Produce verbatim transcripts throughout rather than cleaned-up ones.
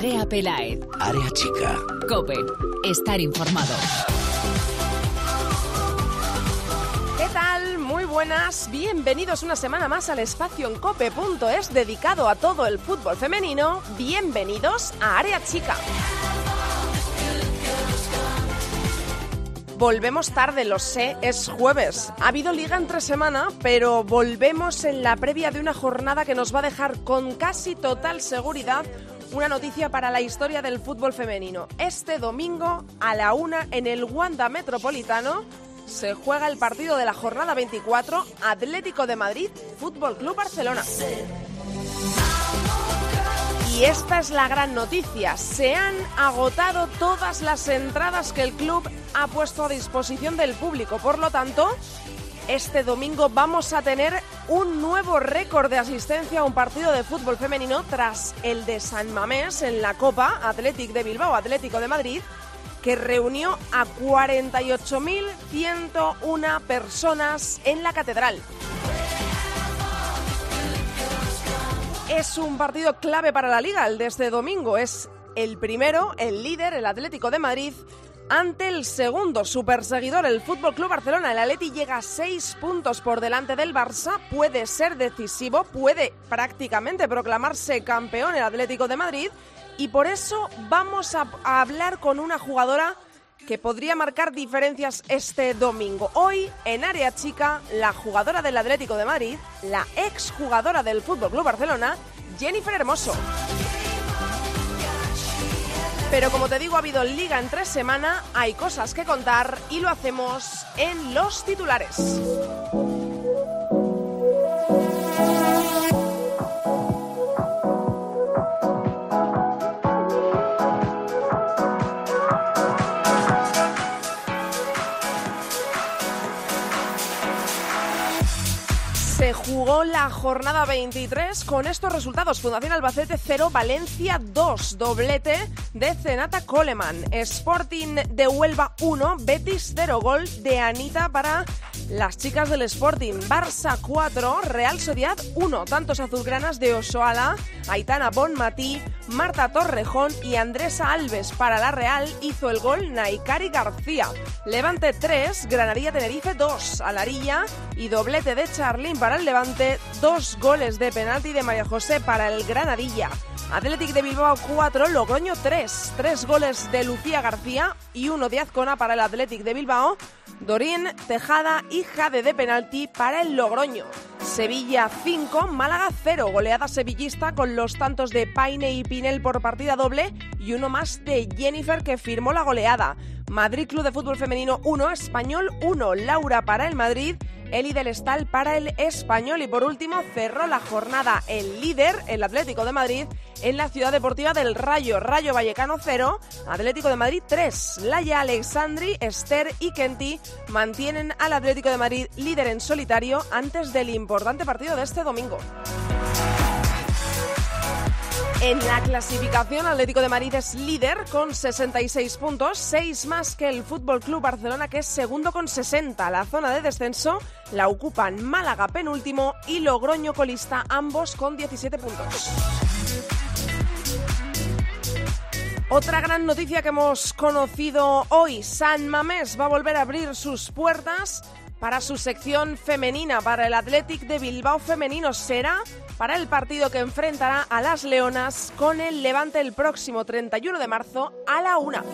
Andrea Peláez. Área Chica. COPE. Estar informado. ¿Qué tal? Muy buenas. Bienvenidos una semana más al espacio en cope punto es dedicado a todo el fútbol femenino. Bienvenidos a Área Chica. Volvemos tarde, lo sé, es jueves. Ha habido liga entre semana, pero volvemos en la previa de una jornada que nos va a dejar con casi total seguridad una noticia para la historia del fútbol femenino. Este domingo a la una en el Wanda Metropolitano se juega el partido de la jornada veinticuatro, Atlético de Madrid, Fútbol Club Barcelona. Y esta es la gran noticia, se han agotado todas las entradas que el club ha puesto a disposición del público. Por lo tanto, este domingo vamos a tener un nuevo récord de asistencia a un partido de fútbol femenino tras el de San Mamés en la Copa Athletic de Bilbao, Atlético de Madrid, que reunió a cuarenta y ocho mil ciento una personas en la Catedral. Es un partido clave para la Liga, el de este domingo. Es el primero, el líder, el Atlético de Madrid, ante el segundo, su perseguidor, el Fútbol Club Barcelona. El Atleti llega a seis puntos por delante del Barça, puede ser decisivo, puede prácticamente proclamarse campeón el Atlético de Madrid, y por eso vamos a, a hablar con una jugadora que podría marcar diferencias este domingo. Hoy, en Área Chica, la jugadora del Atlético de Madrid, la exjugadora del Fútbol Club Barcelona, Jennifer Hermoso. Pero como te digo, ha habido liga entre semana, hay cosas que contar y lo hacemos en los titulares. Se jugó la jornada veintitrés con estos resultados: Fundación Albacete cero, Valencia dos, doblete de Zenata Coleman. Sporting de Huelva uno, Betis cero, gol de Anita para las chicas del Sporting. Barça cuatro, Real Sociedad uno, tantos azulgranas de Osoala, Aitana Bonmatí, Marta Torrejón y Andresa Alves. Para la Real hizo el gol Naikari García. Levante tres, Granadilla Tenerife dos, Alarilla y doblete de Charlín para el Levante, dos goles de penalti de María José para el Granadilla. Athletic de Bilbao cuatro, Logroño tres, tres goles de Lucía García y uno de Azcona para el Athletic de Bilbao, Dorín, Tejada y Jade de penalti para el Logroño. Sevilla cinco, Málaga cero, goleada sevillista con los tantos de Paine y Pinel por partida doble y uno más de Jennifer, que firmó la goleada. Madrid Club de Fútbol Femenino uno, Español uno, Laura para el Madrid, Eli del Estal para el Español. Y por último cerró la jornada el líder, el Atlético de Madrid, en la Ciudad Deportiva del Rayo. Rayo Vallecano cero, Atlético de Madrid tres. Laia Alexandri, Esther y Kenty mantienen al Atlético de Madrid líder en solitario antes del importante partido de este domingo. En la clasificación, Atlético de Madrid es líder con sesenta y seis puntos, seis más que el F C Barcelona, que es segundo con sesenta. La zona de descenso la ocupan Málaga penúltimo y Logroño colista, ambos con diecisiete puntos. Otra gran noticia que hemos conocido hoy: San Mamés va a volver a abrir sus puertas para su sección femenina, para el Athletic de Bilbao femenino. Será para el partido que enfrentará a las Leonas con el Levante el próximo treinta y uno de marzo a la una.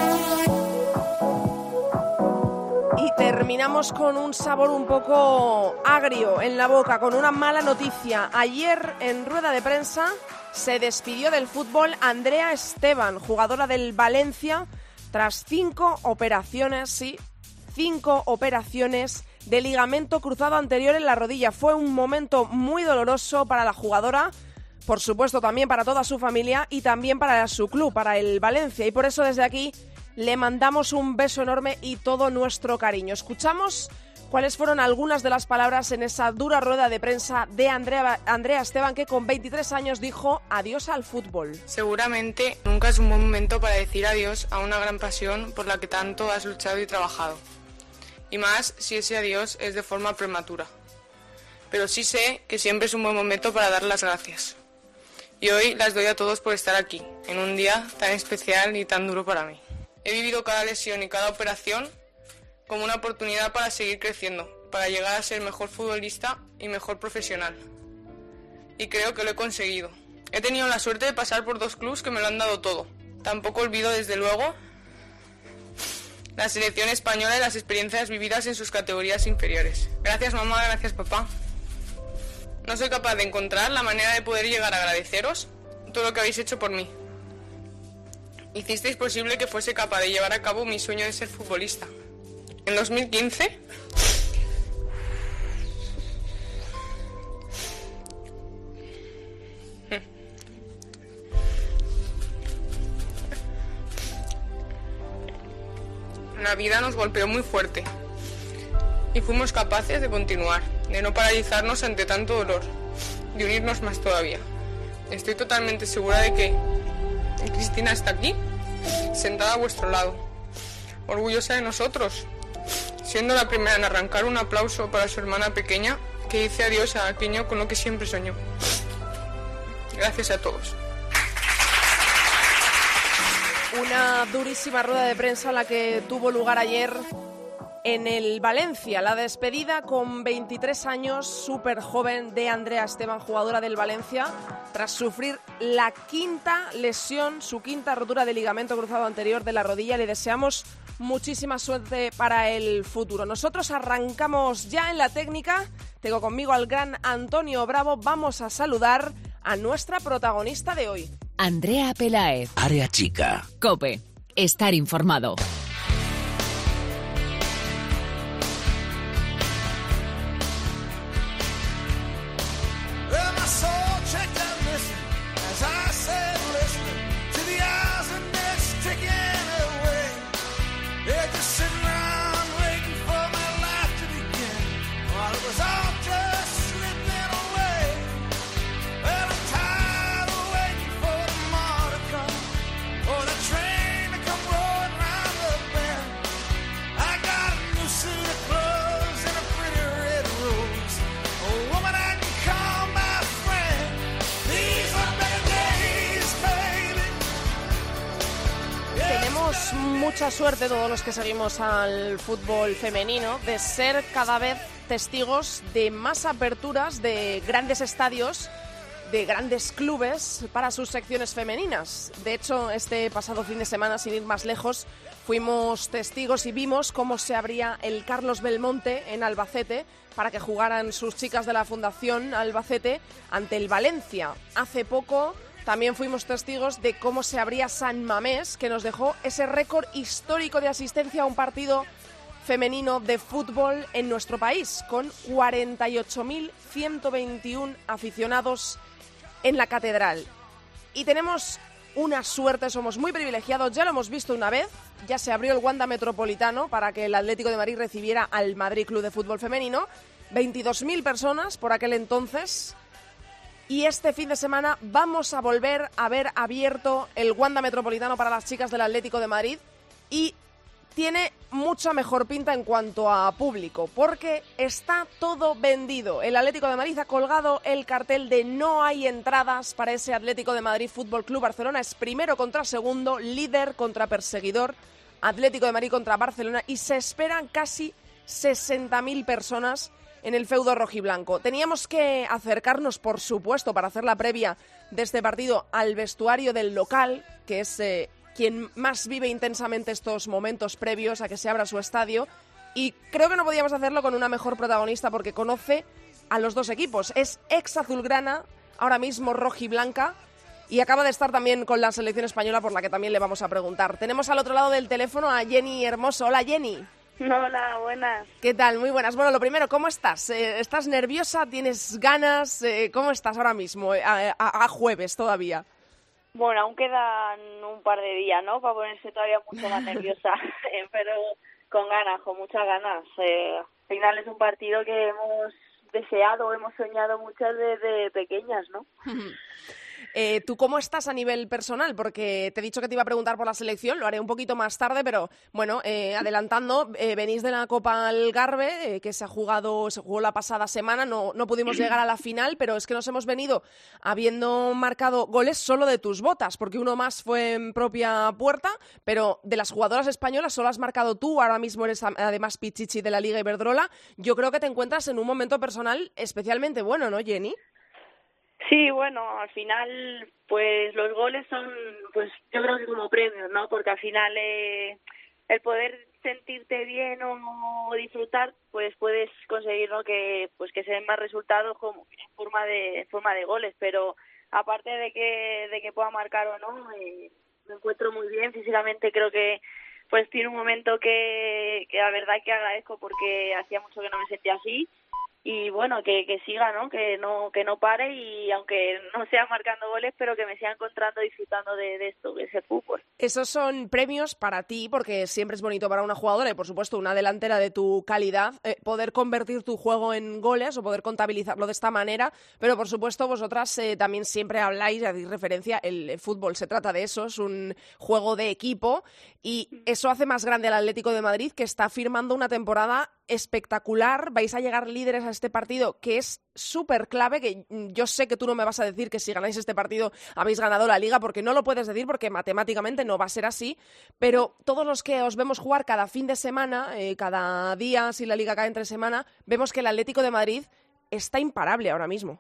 Y terminamos con un sabor un poco agrio en la boca, con una mala noticia. Ayer, en rueda de prensa, se despidió del fútbol Andrea Esteban, jugadora del Valencia, tras cinco operaciones, sí, cinco operaciones de ligamento cruzado anterior en la rodilla. Fue un momento muy doloroso para la jugadora, por supuesto también para toda su familia y también para su club, para el Valencia. Y por eso desde aquí le mandamos un beso enorme y todo nuestro cariño. Escuchamos cuáles fueron algunas de las palabras en esa dura rueda de prensa de Andrea, Andrea Esteban, que con veintitrés años dijo adiós al fútbol. Seguramente nunca es un buen momento para decir adiós a una gran pasión por la que tanto has luchado y trabajado. Y más si ese adiós es de forma prematura. Pero sí sé que siempre es un buen momento para dar las gracias. Y hoy las doy a todos por estar aquí, en un día tan especial y tan duro para mí. He vivido cada lesión y cada operación como una oportunidad para seguir creciendo, para llegar a ser mejor futbolista y mejor profesional. Y creo que lo he conseguido. He tenido la suerte de pasar por dos clubes que me lo han dado todo. Tampoco olvido, desde luego, la selección española y las experiencias vividas en sus categorías inferiores. Gracias, mamá, gracias, papá. No soy capaz de encontrar la manera de poder llegar a agradeceros todo lo que habéis hecho por mí. Hicisteis posible que fuese capaz de llevar a cabo mi sueño de ser futbolista. En dos mil quince... la vida nos golpeó muy fuerte y fuimos capaces de continuar, de no paralizarnos ante tanto dolor, de unirnos más todavía. Estoy totalmente segura de que Cristina está aquí, sentada a vuestro lado, orgullosa de nosotros, siendo la primera en arrancar un aplauso para su hermana pequeña, que dice adiós a aquello con lo que siempre soñó. Gracias a todos. Una durísima rueda de prensa la que tuvo lugar ayer en el Valencia. La despedida con veintitrés años, súper joven, de Andrea Esteban, jugadora del Valencia, tras sufrir la quinta lesión, su quinta rotura de ligamento cruzado anterior de la rodilla. Le deseamos muchísima suerte para el futuro. Nosotros arrancamos ya en la técnica. Tengo conmigo al gran Antonio Bravo. Vamos a saludar a nuestra protagonista de hoy. Andrea Peláez. Área chica. COPE. Estar informado. Mucha suerte todos los que seguimos al fútbol femenino de ser cada vez testigos de más aperturas de grandes estadios, de grandes clubes para sus secciones femeninas. De hecho, este pasado fin de semana, sin ir más lejos, fuimos testigos y vimos cómo se abría el Carlos Belmonte en Albacete para que jugaran sus chicas de la Fundación Albacete ante el Valencia. Hace poco también fuimos testigos de cómo se abría San Mamés, que nos dejó ese récord histórico de asistencia a un partido femenino de fútbol en nuestro país, con cuarenta y ocho mil ciento veintiuno aficionados en la catedral. Y tenemos una suerte, somos muy privilegiados, ya lo hemos visto una vez, ya se abrió el Wanda Metropolitano para que el Atlético de Madrid recibiera al Madrid Club de Fútbol Femenino, veintidós mil personas por aquel entonces. Y este fin de semana vamos a volver a ver abierto el Wanda Metropolitano para las chicas del Atlético de Madrid y tiene mucha mejor pinta en cuanto a público, porque está todo vendido. El Atlético de Madrid ha colgado el cartel de no hay entradas para ese Atlético de Madrid Fútbol Club Barcelona. Es primero contra segundo, líder contra perseguidor, Atlético de Madrid contra Barcelona, y se esperan casi sesenta mil personas en el feudo rojiblanco. Teníamos que acercarnos, por supuesto, para hacer la previa de este partido al vestuario del local, que es eh, quien más vive intensamente estos momentos previos a que se abra su estadio, y creo que no podíamos hacerlo con una mejor protagonista porque conoce a los dos equipos. Es ex azulgrana, ahora mismo rojiblanca, y acaba de estar también con la selección española, por la que también le vamos a preguntar. Tenemos al otro lado del teléfono a Jenny Hermoso. Hola, Jenny. Hola, buenas. ¿Qué tal? Muy buenas. Bueno, lo primero, ¿cómo estás? Eh, ¿Estás nerviosa? ¿Tienes ganas? Eh, ¿Cómo estás ahora mismo, eh, a, a, a jueves todavía? Bueno, aún quedan un par de días, ¿no?, para ponerse todavía mucho más nerviosa, eh, pero con ganas, con muchas ganas. Eh, al final es un partido que hemos deseado, hemos soñado muchas desde pequeñas, ¿no? Eh, ¿Tú cómo estás a nivel personal? Porque te he dicho que te iba a preguntar por la selección, lo haré un poquito más tarde, pero bueno, eh, adelantando, eh, venís de la Copa Algarve, eh, que se ha jugado, se jugó la pasada semana, no, no pudimos llegar a la final, pero es que nos hemos venido habiendo marcado goles solo de tus botas, porque uno más fue en propia puerta, pero de las jugadoras españolas solo has marcado tú, ahora mismo eres además pichichi de la Liga Iberdrola. Yo creo que te encuentras en un momento personal especialmente bueno, ¿no, Jenny? Sí, bueno, al final, pues los goles son, pues yo creo que como premios, ¿no? Porque al final eh, el poder sentirte bien o disfrutar, pues puedes conseguir, ¿no? Que pues que se den más resultados como en forma de en forma de goles, pero aparte de que de que pueda marcar o no, eh, me encuentro muy bien físicamente. Creo que pues tiene un momento que que la verdad que agradezco porque hacía mucho que no me sentía así. Y bueno, que, que siga, ¿no? Que no que no pare y aunque no sea marcando goles, pero que me siga encontrando disfrutando de, de esto, que es el fútbol. Esos son premios para ti, porque siempre es bonito para una jugadora y, por supuesto, una delantera de tu calidad, eh, poder convertir tu juego en goles o poder contabilizarlo de esta manera, pero, por supuesto, vosotras eh, también siempre habláis, hacéis referencia, el, el fútbol se trata de eso, es un juego de equipo y eso hace más grande al Atlético de Madrid, que está firmando una temporada espectacular. Vais a llegar líderes a este partido, que es súper clave, que yo sé que tú no me vas a decir que si ganáis este partido habéis ganado la Liga, porque no lo puedes decir, porque matemáticamente no va a ser así, pero todos los que os vemos jugar cada fin de semana, eh, cada día, si la Liga cae entre semana, vemos que el Atlético de Madrid está imparable ahora mismo.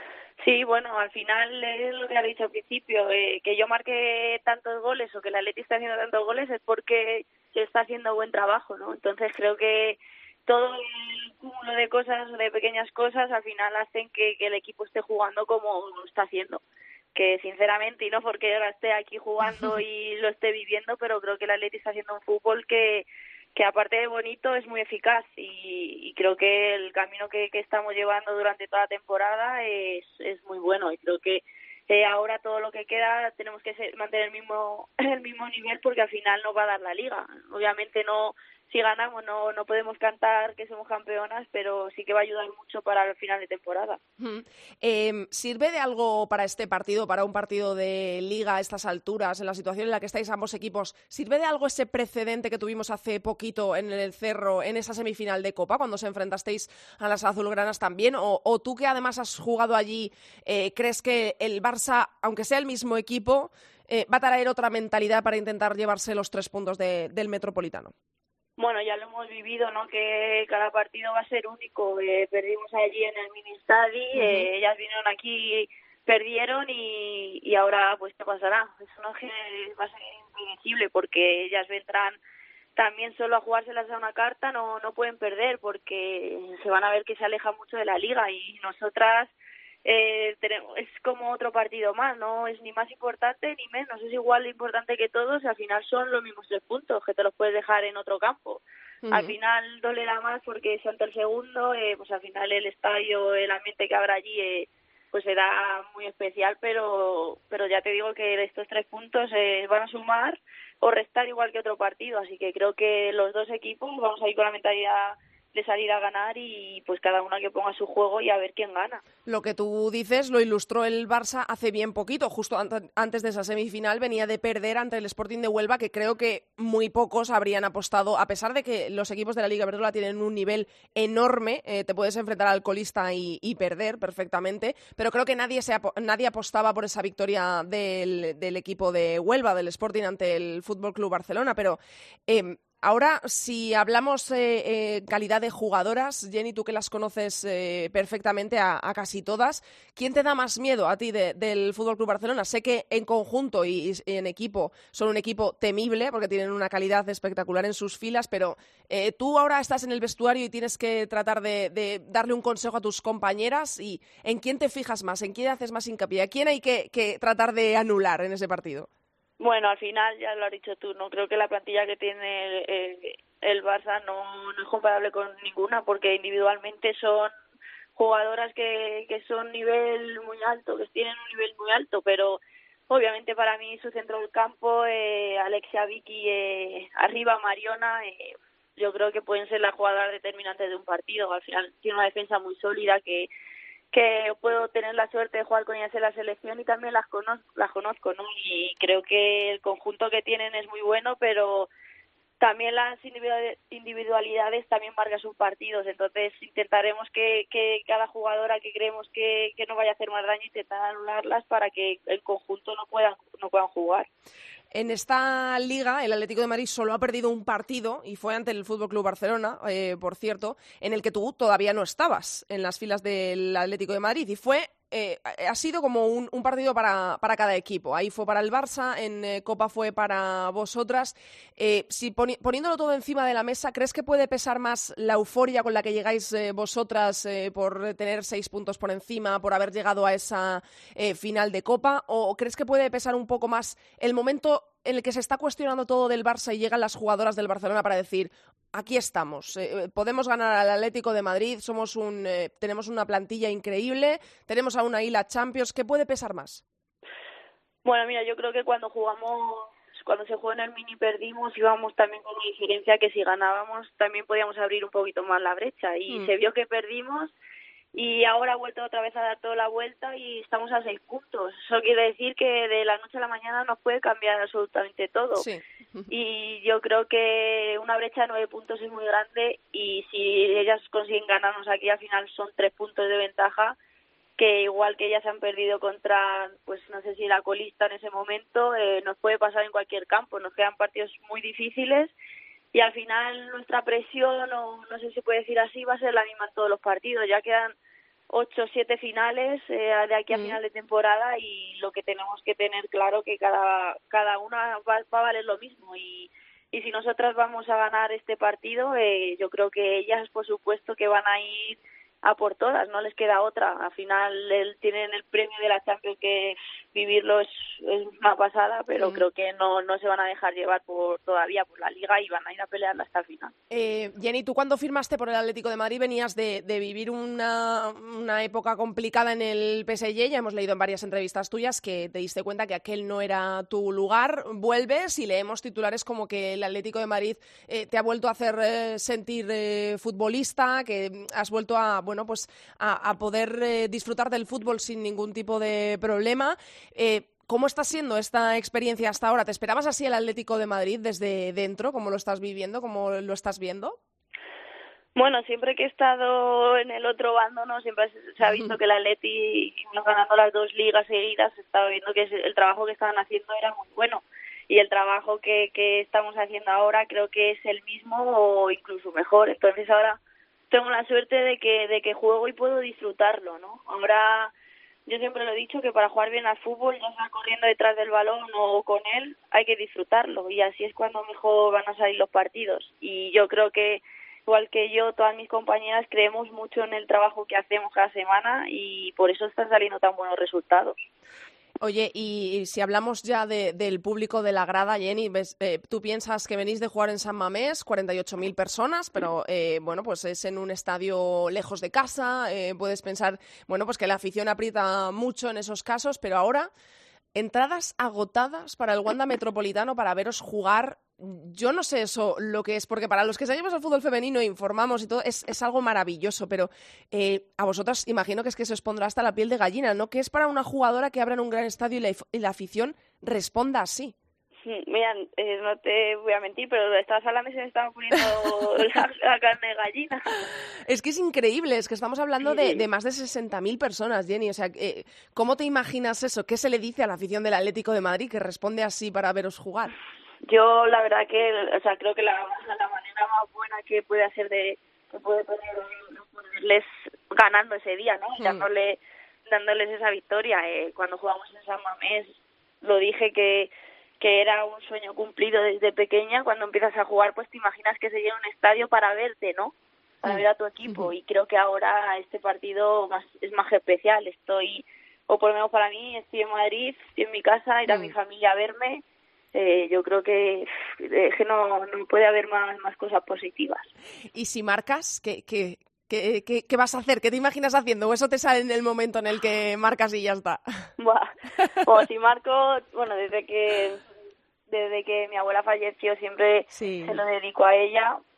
Sí, bueno, al final es lo que ha dicho al principio, eh, que yo marque tantos goles o que el Atleti esté haciendo tantos goles es porque se está haciendo buen trabajo, ¿no? Entonces creo que todo el cúmulo de cosas, de pequeñas cosas, al final hacen que, que el equipo esté jugando como lo está haciendo. Que sinceramente, y no porque ahora esté aquí jugando y lo esté viviendo, pero creo que el Atleti está haciendo un fútbol que, que aparte de bonito es muy eficaz y, y creo que el camino que, que estamos llevando durante toda la temporada es, es muy bueno y creo que eh, ahora todo lo que queda tenemos que ser, mantener el mismo, el mismo nivel porque al final nos va a dar la Liga. Obviamente no, si ganamos no, no podemos cantar que somos campeonas, pero sí que va a ayudar mucho para el final de temporada. Hmm. Eh, ¿Sirve de algo para este partido, para un partido de Liga a estas alturas, en la situación en la que estáis ambos equipos? ¿Sirve de algo ese precedente que tuvimos hace poquito en el Cerro, en esa semifinal de Copa, cuando os enfrentasteis a las azulgranas también? ¿O, o tú que además has jugado allí, eh, crees que el Barça, aunque sea el mismo equipo, eh, va a traer otra mentalidad para intentar llevarse los tres puntos de, del Metropolitano? Bueno, ya lo hemos vivido, ¿no? Que cada partido va a ser único. Eh, perdimos allí en el mini stadi, uh-huh. eh, ellas vinieron aquí, perdieron y, y ahora, pues, ¿qué pasará? Eso no es que va a ser impredecible porque ellas vendrán también solo a jugárselas a una carta, no, no pueden perder porque se van a ver que se aleja mucho de la liga y nosotras eh, tenemos, es como otro partido más, no es ni más importante ni menos, es igual de importante que todos, al final son los mismos tres puntos que te los puedes dejar en otro campo. Uh-huh. Al final dolerá más porque salta el segundo, eh, pues al final el estadio, el ambiente que habrá allí eh, pues será muy especial, pero pero ya te digo que estos tres puntos eh, van a sumar o restar igual que otro partido, así que creo que los dos equipos vamos a ir con la mentalidad de salir a ganar y pues cada una que ponga su juego y a ver quién gana. Lo que tú dices lo ilustró el Barça hace bien poquito, justo antes de esa semifinal venía de perder ante el Sporting de Huelva, que creo que muy pocos habrían apostado, a pesar de que los equipos de la Liga Iberdrola tienen un nivel enorme, eh, te puedes enfrentar al colista y, y perder perfectamente, pero creo que nadie se ap- nadie apostaba por esa victoria del, del equipo de Huelva, del Sporting ante el F C Barcelona, pero eh, ahora, si hablamos eh, eh, calidad de jugadoras, Jenny, tú que las conoces eh, perfectamente a, a casi todas, ¿quién te da más miedo a ti de, del F C Barcelona? Sé que en conjunto y, y en equipo son un equipo temible porque tienen una calidad espectacular en sus filas, pero eh, tú ahora estás en el vestuario y tienes que tratar de, de darle un consejo a tus compañeras y ¿en quién te fijas más? ¿En quién haces más hincapié? ¿A quién hay que, que tratar de anular en ese partido? Bueno, al final ya lo has dicho tú, no creo que la plantilla que tiene el, el Barça no, no es comparable con ninguna porque individualmente son jugadoras que, que son nivel muy alto, que tienen un nivel muy alto, pero obviamente para mí su centro del campo, eh, Alexia, Vicky, eh, arriba Mariona, eh, yo creo que pueden ser las jugadoras determinantes de un partido. Al final tiene una defensa muy sólida que que puedo tener la suerte de jugar con ellas en la selección y también las conozco, las conozco, ¿no? Y creo que el conjunto que tienen es muy bueno, pero también las individualidades también marcan sus partidos, entonces intentaremos que, que cada jugadora que creemos que, que no vaya a hacer más daño, intentar anularlas para que el conjunto no puedan, no puedan jugar. En esta liga, el Atlético de Madrid solo ha perdido un partido y fue ante el F C Barcelona, eh, por cierto, en el que tú todavía no estabas en las filas del Atlético de Madrid y fue eh, ha sido como un, un partido para, para cada equipo. Ahí fue para el Barça, en eh, Copa fue para vosotras. Eh, si poni- poniéndolo todo encima de la mesa, ¿crees que puede pesar más la euforia con la que llegáis eh, vosotras eh, por tener seis puntos por encima, por haber llegado a esa eh, final de Copa? ¿O crees que puede pesar un poco más el momento en el que se está cuestionando todo del Barça y llegan las jugadoras del Barcelona para decir, aquí estamos, eh, podemos ganar al Atlético de Madrid, somos un, eh, tenemos una plantilla increíble, tenemos aún ahí la Champions, ¿qué puede pesar más? Bueno, mira, yo creo que cuando jugamos, cuando se jugó en el Mini perdimos, íbamos también con una diferencia que si ganábamos también podíamos abrir un poquito más la brecha y mm. se vio que perdimos. Y ahora ha vuelto otra vez a dar toda la vuelta y estamos a seis puntos. Eso quiere decir que de la noche a la mañana nos puede cambiar absolutamente todo. Sí. Y yo creo que una brecha de nueve puntos es muy grande y si ellas consiguen ganarnos aquí al final son tres puntos de ventaja, que igual que ellas han perdido contra, pues no sé si la colista en ese momento, eh, nos puede pasar en cualquier campo. Nos quedan partidos muy difíciles. Y al final nuestra presión, o no sé si puede decir así, va a ser la misma en todos los partidos. Ya quedan ocho o siete finales eh, de aquí a mm. final de temporada y lo que tenemos que tener claro que cada cada una va, va a valer lo mismo. Y, y si nosotras vamos a ganar este partido, eh, yo creo que ellas, por supuesto, que van a ir a por todas, no les queda otra. Al final el, tienen el premio de la Champions, que vivirlo es, es una pasada, pero mm. creo que no, no se van a dejar llevar por todavía por la Liga y van a ir a pelearla hasta el final. Eh, Jenny, tú cuando firmaste por el Atlético de Madrid venías de, de vivir una, una época complicada en el P S G, ya hemos leído en varias entrevistas tuyas que te diste cuenta que aquel no era tu lugar, vuelves y leemos titulares como que el Atlético de Madrid eh, te ha vuelto a hacer eh, sentir eh, futbolista, que has vuelto a bueno, pues a, a poder eh, disfrutar del fútbol sin ningún tipo de problema. Eh, ¿Cómo está siendo esta experiencia hasta ahora? ¿Te esperabas así el Atlético de Madrid desde dentro? ¿Cómo lo estás viviendo? ¿Cómo lo estás viendo? Bueno, siempre que he estado en el otro bando, no siempre se ha visto que el Atleti, ganando las dos ligas seguidas, se estaba viendo que el trabajo que estaban haciendo era muy bueno. Y el trabajo que, que estamos haciendo ahora creo que es el mismo o incluso mejor. Entonces ahora tengo la suerte de que de que juego y puedo disfrutarlo, ¿no? Ahora, yo siempre lo he dicho, que para jugar bien al fútbol, ya sea corriendo detrás del balón o con él, hay que disfrutarlo, y así es cuando mejor van a salir los partidos. Y yo creo que, igual que yo, todas mis compañeras creemos mucho en el trabajo que hacemos cada semana y por eso están saliendo tan buenos resultados. Oye, y si hablamos ya de, del público de la grada, Jenny, ves, eh, tú piensas que venís de jugar en San Mamés, cuarenta y ocho mil personas, pero eh, bueno, pues es en un estadio lejos de casa, eh, puedes pensar, bueno, pues que la afición aprieta mucho en esos casos, pero ahora entradas agotadas para el Wanda Metropolitano para veros jugar. Yo no sé eso lo que es, porque para los que seguimos el fútbol femenino, informamos y todo, es, es algo maravilloso, pero eh, a vosotras imagino que es que se os pondrá hasta la piel de gallina, ¿no? ¿Qué es para una jugadora que abra en un gran estadio y la, y la afición responda así? Mira, eh, no te voy a mentir, pero estabas hablando y se me estaba poniendo la, la carne de gallina. Es que es increíble, es que estamos hablando de, de más de sesenta mil personas, Jenny. O sea, eh, ¿cómo te imaginas eso? ¿Qué se le dice a la afición del Atlético de Madrid que responde así para veros jugar? Yo, la verdad que, o sea, creo que la, la manera más buena que puede hacer de, que puede ponerles ganando ese día, ¿no? Hmm. Dándole, dándoles esa victoria. Eh, cuando jugamos en San Mamés, lo dije que que era un sueño cumplido desde pequeña. Cuando empiezas a jugar, pues te imaginas que se llena un estadio para verte, ¿no? Para ver a tu equipo. Y creo que ahora este partido más, es más especial. Estoy, o por lo menos para mí, estoy en Madrid, estoy en mi casa, ir a mi familia a verme. Eh, yo creo que, eh, que no, no puede haber más, más cosas positivas. ¿Y si marcas, qué, qué, qué, qué, qué vas a hacer? ¿Qué te imaginas haciendo? ¿O eso te sale en el momento en el que marcas y ya está? Buah. O si marco, bueno, desde que desde que mi abuela falleció siempre sí. se lo dedico a ella,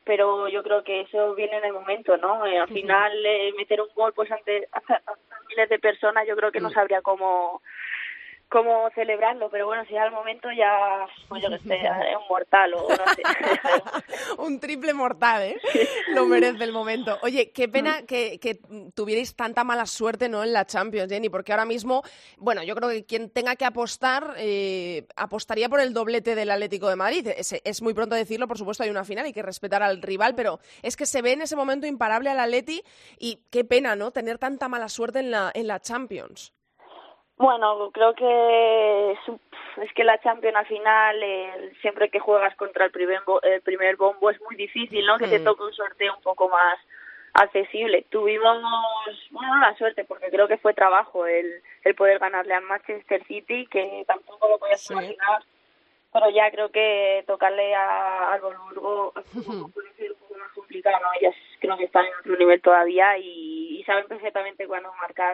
pero yo creo que eso viene en el momento, ¿no? Eh, al final, eh, meter un gol pues ante, ante miles de personas, yo creo que no sabría cómo... cómo celebrarlo, pero bueno, si es al momento ya, pues yo que sé, es un mortal o no sé. Un triple mortal, ¿eh? Lo merece el momento. Oye, qué pena que, que tuvierais tanta mala suerte, ¿no?, en la Champions, Jenny, porque ahora mismo, bueno, yo creo que quien tenga que apostar, eh, apostaría por el doblete del Atlético de Madrid. Es, es muy pronto decirlo, por supuesto, hay una final, hay que respetar al rival, pero es que se ve en ese momento imparable al Atleti y qué pena, ¿no?, tener tanta mala suerte en la, en la Champions. Bueno, creo que es, es que la Champions al final, eh, siempre que juegas contra el primer, el primer bombo es muy difícil, ¿no? Que mm. te toque un sorteo un poco más accesible. Tuvimos, bueno, la suerte, porque creo que fue trabajo el, el poder ganarle al Manchester City, que tampoco lo podías sí. imaginar, pero ya creo que tocarle a, al Wolfsburgo puede ser un poco más complicado, ¿no? Ellas creo que están en otro nivel todavía y, y saben perfectamente cuándo marcar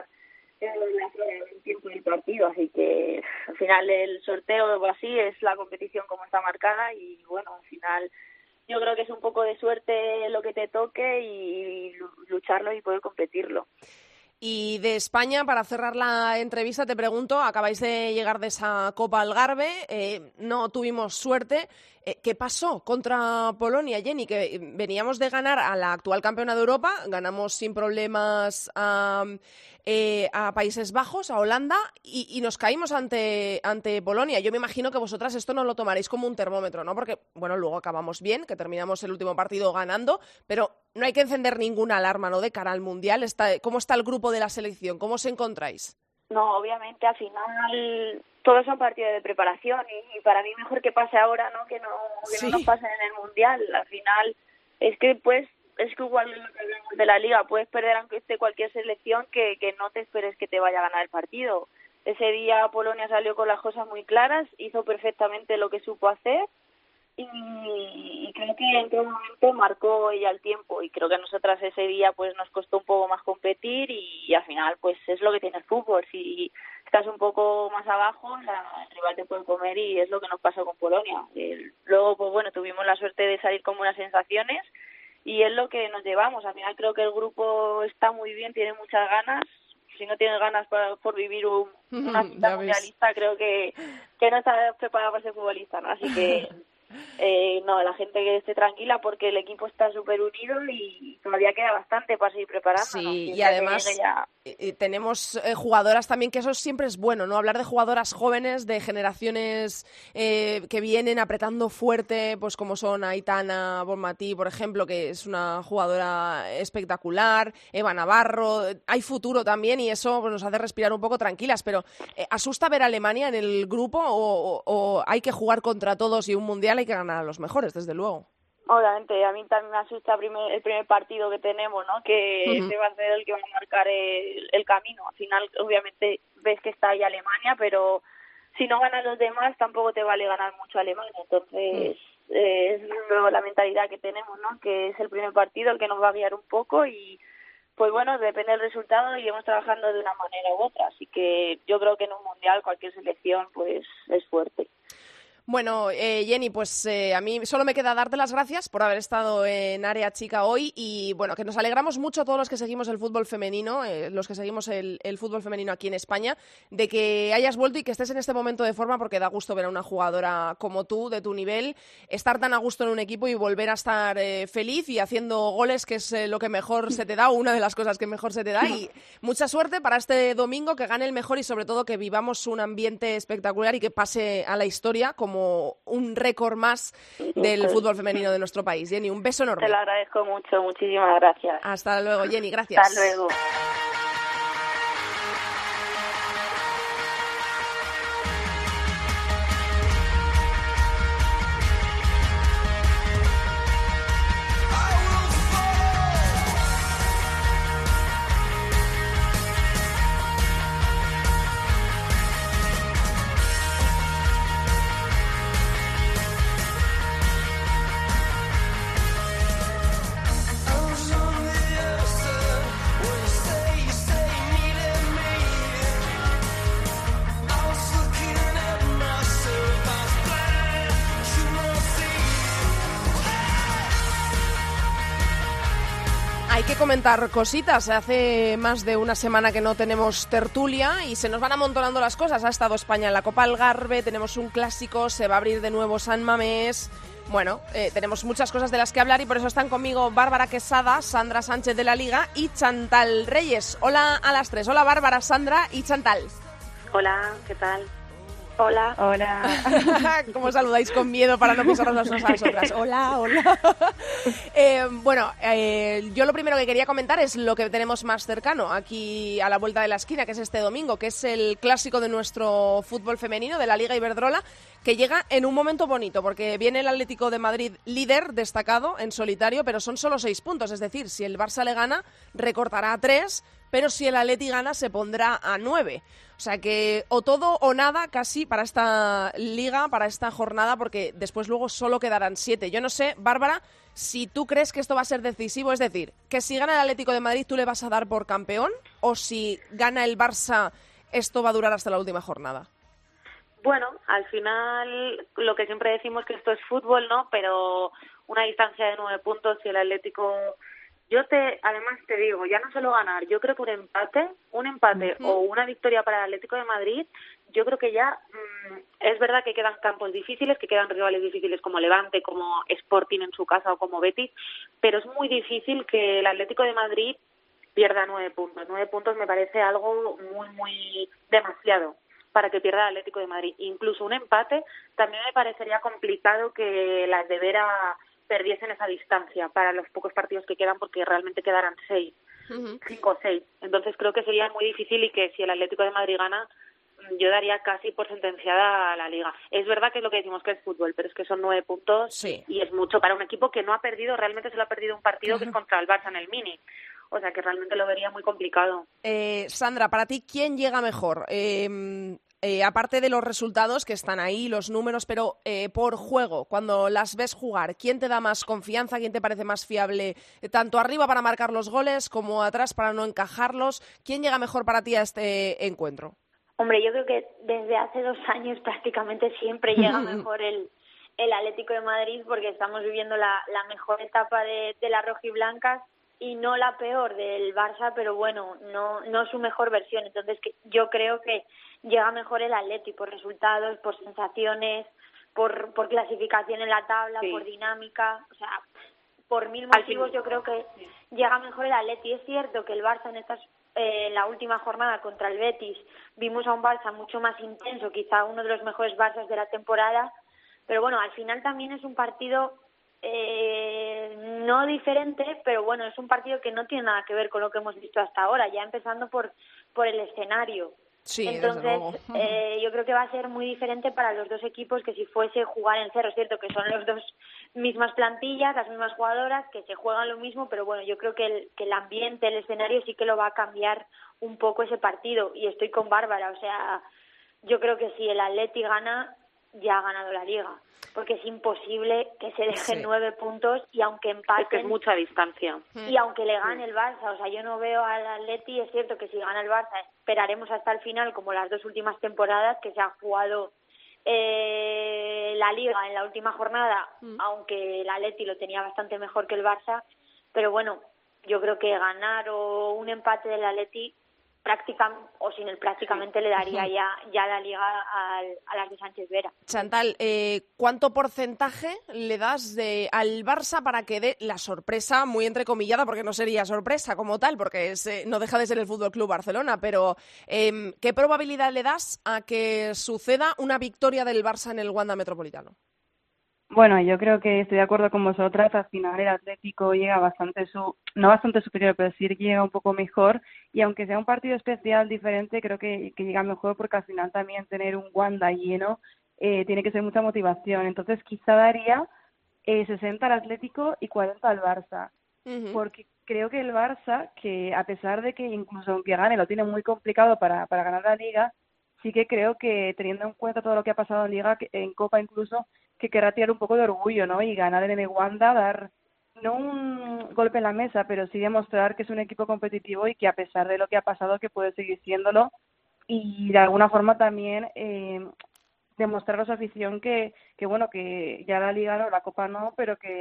el tiempo del partido, así que al final el sorteo o así es la competición como está marcada y bueno, al final yo creo que es un poco de suerte lo que te toque y lucharlo y poder competirlo. Y de España, para cerrar la entrevista, te pregunto, acabáis de llegar de esa Copa Algarve, eh, no tuvimos suerte. Eh, ¿Qué pasó contra Polonia, Jenny? Que veníamos de ganar a la actual campeona de Europa, ganamos sin problemas a, eh, a Países Bajos, a Holanda, y, y nos caímos ante, ante Polonia. Yo me imagino que vosotras esto no lo tomaréis como un termómetro, ¿no? Porque, bueno, luego acabamos bien, que terminamos el último partido ganando, pero no hay que encender ninguna alarma, ¿no?, de cara al Mundial. Está, ¿cómo está el grupo de la selección? ¿Cómo os encontráis? No, obviamente al final todos son partidos de preparación y, y para mí mejor que pase ahora, ¿no? Que no que sí. no nos pasen en el Mundial. Al final es que pues es que igual de la Liga puedes perder aunque esté cualquier selección que, que no te esperes que te vaya a ganar el partido. Ese día Polonia salió con las cosas muy claras, hizo perfectamente lo que supo hacer y, y creo que en todo momento marcó ella el tiempo y creo que a nosotras ese día pues nos costó un poco más competir y, y al final pues es lo que tiene el fútbol. Si estás un poco más abajo, la, el rival te puede comer y es lo que nos pasó con Polonia. El, luego pues bueno, tuvimos la suerte de salir con buenas sensaciones y es lo que nos llevamos. Al final creo que el grupo está muy bien, tiene muchas ganas. Si no tienes ganas para, por vivir un, una cita mundialista, creo que, que no está preparado para ser futbolista, ¿no? Así que Eh, no, la gente que esté tranquila porque el equipo está súper unido y todavía queda bastante para seguir preparando. Sí, y además ya... tenemos eh, jugadoras también, que eso siempre es bueno, ¿no? Hablar de jugadoras jóvenes, de generaciones eh, que vienen apretando fuerte, pues como son Aitana Bonmatí, por ejemplo, que es una jugadora espectacular, Eva Navarro, hay futuro también y eso pues, nos hace respirar un poco tranquilas, pero eh, ¿asusta ver a Alemania en el grupo o, o, o hay que jugar contra todos y un mundial hay que ganar a los mejores, desde luego? Obviamente, a mí también me asusta primer, el primer partido que tenemos, ¿no? Que uh-huh. ese va a ser el que va a marcar el, el camino. Al final, obviamente, ves que está ahí Alemania, pero si no ganan los demás, tampoco te vale ganar mucho a Alemania. Entonces, uh-huh. eh, es la mentalidad que tenemos, ¿no? Que es el primer partido el que nos va a guiar un poco y, pues bueno, depende del resultado y iremos trabajando de una manera u otra. Así que yo creo que en un mundial cualquier selección, pues, es fuerte. Bueno, eh, Jenny, pues eh, a mí solo me queda darte las gracias por haber estado en Área Chica hoy y bueno, que nos alegramos mucho todos los que seguimos el fútbol femenino, eh, los que seguimos el, el fútbol femenino aquí en España, de que hayas vuelto y que estés en este momento de forma porque da gusto ver a una jugadora como tú, de tu nivel, estar tan a gusto en un equipo y volver a estar eh, feliz y haciendo goles, que es eh, lo que mejor se te da, o una de las cosas que mejor se te da y mucha suerte para este domingo, que gane el mejor y sobre todo que vivamos un ambiente espectacular y que pase a la historia como como un récord más del fútbol femenino de nuestro país. Jenny, un beso enorme. Te lo agradezco mucho, muchísimas gracias. Hasta luego, Jenny, gracias. Hasta luego. Say comentar cositas. Hace más de una semana que no tenemos tertulia y se nos van amontonando las cosas. Ha estado España en la Copa Algarve, tenemos un clásico, se va a abrir de nuevo San Mamés. Bueno, eh, tenemos muchas cosas de las que hablar y por eso están conmigo Bárbara Quesada, Sandra Sánchez de la Liga y Chantal Reyes. Hola a las tres. Hola Bárbara, Sandra y Chantal. Hola, ¿qué tal? Hola. Hola. ¿Cómo saludáis con miedo para no pisarnos las unas a las otras? Hola, hola. eh, bueno, eh, yo lo primero que quería comentar es lo que tenemos más cercano aquí a la vuelta de la esquina, que es este domingo, que es el clásico de nuestro fútbol femenino de la Liga Iberdrola, que llega en un momento bonito, porque viene el Atlético de Madrid líder, destacado, en solitario, pero son solo seis puntos. Es decir, si el Barça le gana, recortará a tres, pero si el Atleti gana, se pondrá a nueve. O sea que o todo o nada casi para esta liga, para esta jornada, porque después luego solo quedarán siete. Yo no sé, Bárbara, si tú crees que esto va a ser decisivo, es decir, que si gana el Atlético de Madrid tú le vas a dar por campeón, o si gana el Barça esto va a durar hasta la última jornada. Bueno, al final lo que siempre decimos que esto es fútbol, ¿no? Pero una distancia de nueve puntos y el Atlético... Yo te, además te digo, ya no solo ganar, yo creo que un empate, un empate uh-huh. o una victoria para el Atlético de Madrid, yo creo que ya mmm, es verdad que quedan campos difíciles, que quedan rivales difíciles como Levante, como Sporting en su casa o como Betis, pero es muy difícil que el Atlético de Madrid pierda nueve puntos. Nueve puntos me parece algo muy, muy demasiado para que pierda el Atlético de Madrid. Incluso un empate también me parecería complicado que las de Vera perdiesen esa distancia para los pocos partidos que quedan, porque realmente quedarán seis, uh-huh. cinco o seis. Entonces creo que sería muy difícil y que si el Atlético de Madrid gana, yo daría casi por sentenciada a la Liga. Es verdad que es lo que decimos que es fútbol, pero es que son nueve puntos sí. y es mucho para un equipo que no ha perdido, realmente solo ha perdido un partido uh-huh. que es contra el Barça en el Mini. O sea que realmente lo vería muy complicado. Eh, Sandra, para ti, ¿quién llega mejor? Eh... Eh, aparte de los resultados que están ahí, los números, pero eh, por juego, cuando las ves jugar, ¿quién te da más confianza? ¿Quién te parece más fiable? Eh, tanto arriba para marcar los goles como atrás para no encajarlos. ¿Quién llega mejor para ti a este encuentro? Hombre, yo creo que desde hace dos años prácticamente siempre llega mejor el, el Atlético de Madrid, porque estamos viviendo la, la mejor etapa de, de las rojiblancas y no la peor del Barça, pero bueno, no no su mejor versión. Entonces que yo creo que llega mejor el Atleti por resultados, por sensaciones, por por clasificación en la tabla, sí. por dinámica, o sea, por mil motivos yo creo que llega mejor el Atleti. Es cierto que el Barça en estas eh, en la última jornada contra el Betis vimos a un Barça mucho más intenso, quizá uno de los mejores Barças de la temporada, pero bueno, al final también es un partido Eh, no diferente, pero bueno, es un partido que no tiene nada que ver con lo que hemos visto hasta ahora, ya empezando por por el escenario. Sí, entonces eh, yo creo que va a ser muy diferente para los dos equipos que si fuese jugar en cero. Es cierto que son los dos mismas plantillas, las mismas jugadoras, que se juegan lo mismo, pero bueno, yo creo que el, que el ambiente, el escenario sí que lo va a cambiar un poco ese partido, y estoy con Bárbara, o sea, yo creo que si el Atleti gana, ya ha ganado la Liga, porque es imposible que se dejen sí. nueve puntos y aunque empaten... Es que es mucha distancia. Y aunque le gane el Barça, o sea, yo no veo al Atleti, es cierto que si gana el Barça esperaremos hasta el final, como las dos últimas temporadas que se ha jugado eh, la Liga en la última jornada, mm. aunque el Atleti lo tenía bastante mejor que el Barça, pero bueno, yo creo que ganar o un empate del Atleti prácticamente, o sin el prácticamente, le daría ya, ya la Liga al, a las de Sánchez Vera. Chantal, eh, ¿cuánto porcentaje le das de, al Barça para que dé la sorpresa, muy entrecomillada, porque no sería sorpresa como tal, porque es, eh, no deja de ser el Fútbol Club Barcelona, pero eh, ¿qué probabilidad le das a que suceda una victoria del Barça en el Wanda Metropolitano? Bueno, yo creo que estoy de acuerdo con vosotras. Al final el Atlético llega bastante, su no bastante superior, pero sí llega un poco mejor. Y aunque sea un partido especial, diferente, creo que, que llega mejor, porque al final también tener un Wanda lleno eh, tiene que ser mucha motivación. Entonces quizá daría eh, sesenta al Atlético y cuarenta al Barça. Uh-huh. Porque creo que el Barça, que a pesar de que incluso aunque gane lo tiene muy complicado para, para ganar la Liga, sí que creo que teniendo en cuenta todo lo que ha pasado en Liga, en Copa incluso, que querrá tirar un poco de orgullo, ¿no? Y ganar en el Wanda, dar no un golpe en la mesa, pero sí demostrar que es un equipo competitivo y que a pesar de lo que ha pasado, que puede seguir siéndolo, y de alguna forma también eh, demostrar a su afición que, que bueno, que ya la Liga no, la Copa no, pero que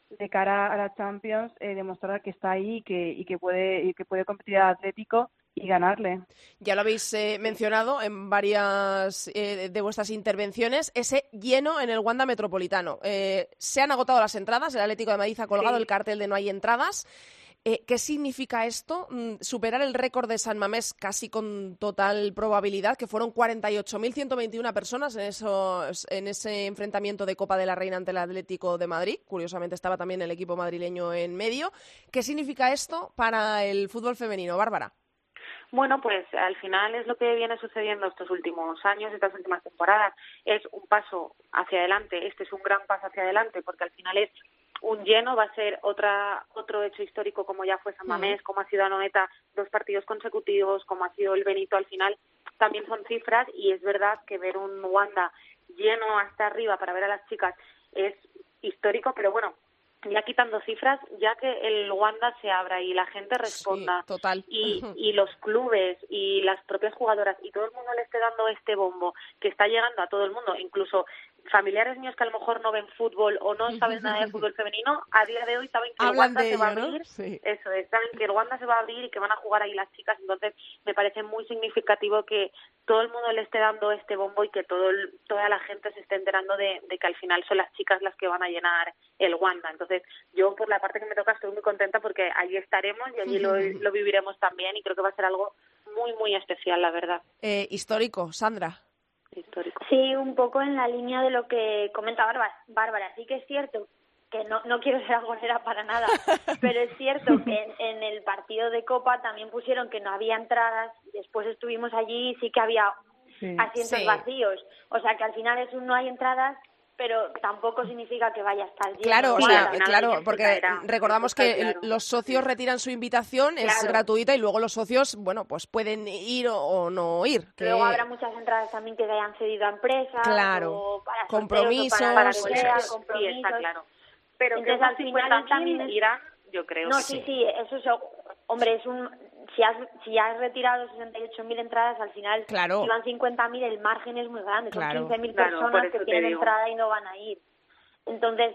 de cara a la Champions, eh, demostrar que está ahí y que, y que puede y que puede competir al Atlético y ganarle. Ya lo habéis eh, mencionado en varias eh, de vuestras intervenciones, ese lleno en el Wanda Metropolitano. Eh, se han agotado las entradas, el Atlético de Madrid ha colgado sí. el cartel de no hay entradas. Eh, ¿Qué significa esto? Mm, superar el récord de San Mamés casi con total probabilidad, que fueron cuarenta y ocho mil ciento veintiuna personas en, esos, en ese enfrentamiento de Copa de la Reina ante el Atlético de Madrid. Curiosamente estaba también el equipo madrileño en medio. ¿Qué significa esto para el fútbol femenino, Bárbara? Bueno, pues al final es lo que viene sucediendo estos últimos años, estas últimas temporadas. Es un paso hacia adelante, este es un gran paso hacia adelante, porque al final es un lleno, va a ser otra otro hecho histórico como ya fue San Mamés, como ha sido Anoeta, dos partidos consecutivos, como ha sido el Benito. Al final también son cifras y es verdad que ver un Wanda lleno hasta arriba para ver a las chicas es histórico, pero bueno, ya quitando cifras, ya que el Wanda se abra y la gente responda, sí, total. Y, y los clubes y las propias jugadoras y todo el mundo le esté dando este bombo que está llegando a todo el mundo, incluso familiares míos que a lo mejor no ven fútbol o no saben nada del fútbol femenino, a día de hoy saben que el Wanda se va a abrir, ¿no? Sí. Eso es, saben que el Wanda se va a abrir y que van a jugar ahí las chicas, entonces me parece muy significativo que todo el mundo le esté dando este bombo y que todo el, toda la gente se esté enterando de, de que al final son las chicas las que van a llenar el Wanda. Entonces yo por la parte que me toca estoy muy contenta porque allí estaremos y allí lo, lo viviremos también y creo que va a ser algo muy muy especial, la verdad. Eh, histórico, Sandra. Histórico. Sí, un poco en la línea de lo que comenta Bárbara. Bárbara, sí que es cierto que no, no quiero ser agonera para nada, pero es cierto que en, en el partido de Copa también pusieron que no había entradas, después estuvimos allí y sí que había sí. asientos sí. vacíos, o sea que al final es un no hay entradas, pero tampoco significa que vaya a estar lleno. Claro, o sea, claro, porque caerá, recordamos que claro. los socios retiran su invitación, claro. es gratuita y luego los socios, bueno, pues pueden ir o, o no ir. Que... Luego habrá muchas entradas también que se hayan cedido a empresas, claro. o para compromisos, para, para colegas, sí, compromisos. Sí, está claro. Pero entonces que al final también es... irán, yo creo. No, que sí, sí, sí, eso es, hombre, es un... Si has, si has retirado sesenta y ocho mil entradas, al final, claro. si van cincuenta mil, el margen es muy grande. Son claro. quince mil claro, personas que tienen entrada y no van a ir. Entonces,